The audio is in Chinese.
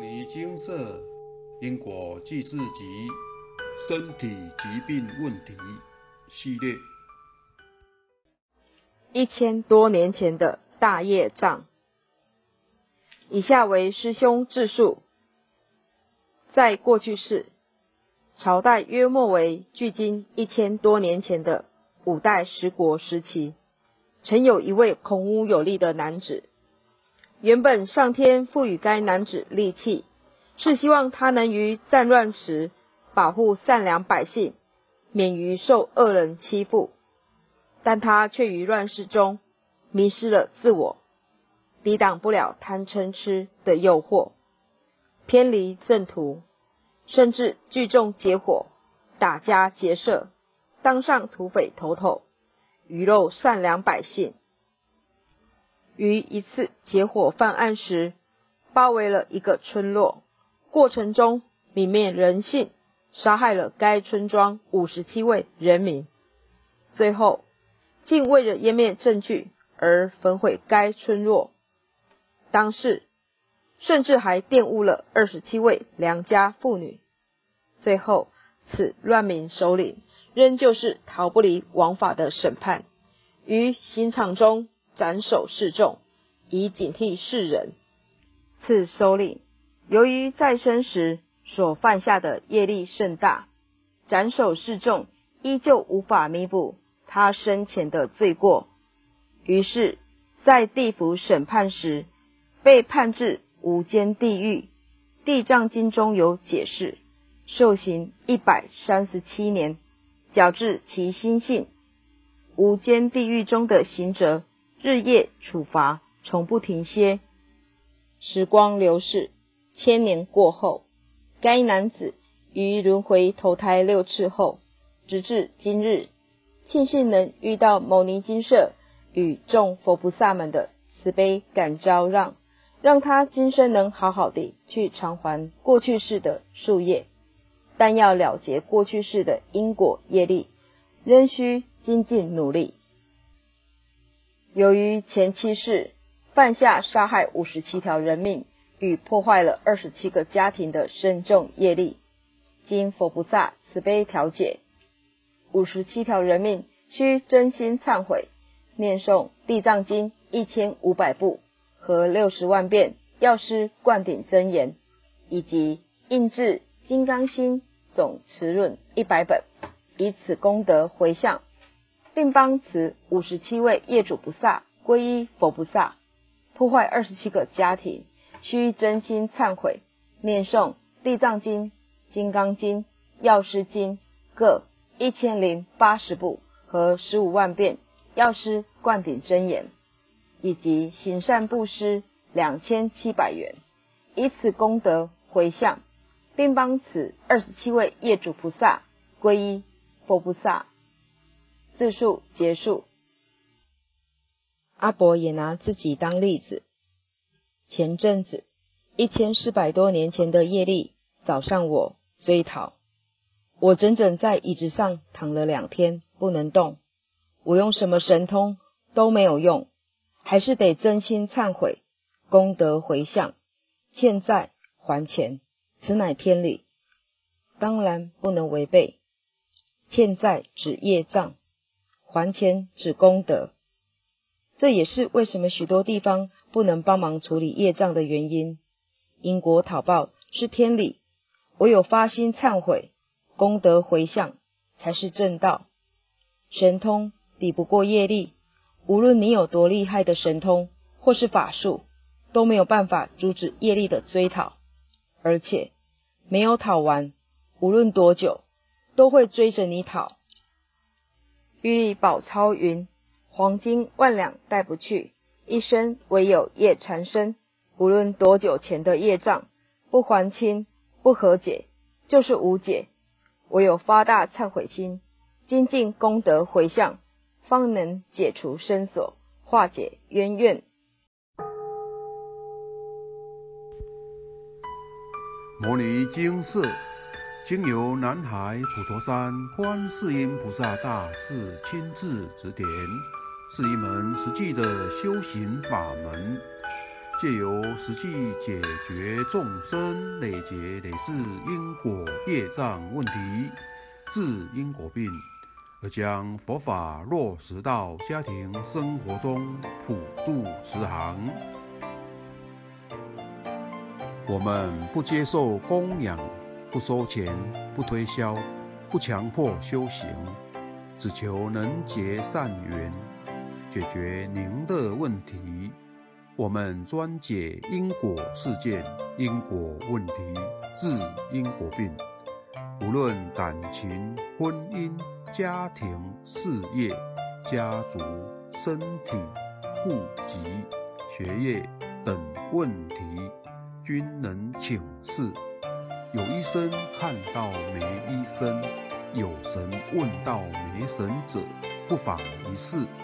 尼精舍因果记事集身体疾病问题系列。 1000多年前的大业障，以下为师兄自述。在过去世，朝代约莫为距今1000多年前的五代十国时期，曾有一位孔武有力的男子。原本上天赋予该男子力气，是希望他能于战乱时保护善良百姓，免于受恶人欺负。但他却于乱世中迷失了自我，抵挡不了贪嗔痴的诱惑，偏离正途，甚至聚众结伙，打家劫舍，当上土匪头头，鱼肉善良百姓。于一次结伙犯案时，包围了一个村落，过程中泯灭人性，杀害了该村庄57位人民，最后竟为了湮灭证据而焚毁该村落。当时甚至还玷污了27位良家妇女。最后此乱民首领仍旧是逃不离王法的审判，于刑场中斩首示众，以警惕世人。此首领由于在生时所犯下的业力甚大，斩首示众依旧无法弥补他生前的罪过，于是在地府审判时被判至无间地狱。地藏经中有解释，受刑137年，矫治其心性。无间地狱中的刑责日夜处罚，从不停歇。时光流逝，1000年过后，该男子于轮回投胎6次后，直至今日，庆幸能遇到牟尼精舍与众佛菩萨们的慈悲感召让他今生能好好地去偿还过去世的夙业。但要了结过去世的因果业力，仍需精进努力。由于前7世犯下杀害57条人命与破坏了27个家庭的深重业力，经佛菩萨慈悲调解，57条人命需真心忏悔，念诵地藏经1500部和60万遍药师灌顶真言，以及印制金刚心总持论100本，以此功德回向，并帮此57位业主菩萨皈依佛菩萨。破坏27个家庭需真心忏悔，念诵地藏经、金刚经、药师经各1080部和15万遍药师灌顶真言，以及行善布施2700元，以此功德回向，并帮此27位业主菩萨皈依佛菩萨。自述结束。阿伯也拿自己当例子。前阵子1400多年前的业力找上我追讨，我整整在椅子上躺了2天不能动，我用什么神通都没有用，还是得真心忏悔，功德回向，欠债还钱，此乃天理，当然不能违背。欠债指业障，还钱指功德，这也是为什么许多地方不能帮忙处理业障的原因。因果讨报是天理，唯有发心忏悔，功德回向才是正道。神通抵不过业力，无论你有多厉害的神通或是法术，都没有办法阻止业力的追讨，而且没有讨完，无论多久都会追着你讨。玉历宝钞云：黄金万两带不去，一生唯有业缠身。无论多久前的业障，不还清不和解，就是无解。唯有发大忏悔心，精进功德回向，方能解除身锁，化解冤怨。 牟尼精舍经由南海普陀山观世音菩萨大士亲自指点，是一门实际的修行法门， 借由实际解决众生累劫累世因果业障问题，治因果病，而将佛法落实到家庭生活中，普度慈航。我们不接受供养，不收钱，不推销，不强迫修行，只求能结善缘，解决您的问题。我们专解因果事件、因果问题，治因果病。无论感情、婚姻、家庭、事业、家族、身体、户籍、学业等问题，均能请示。有医生看到没医生，有神问到没神者，不妨一试。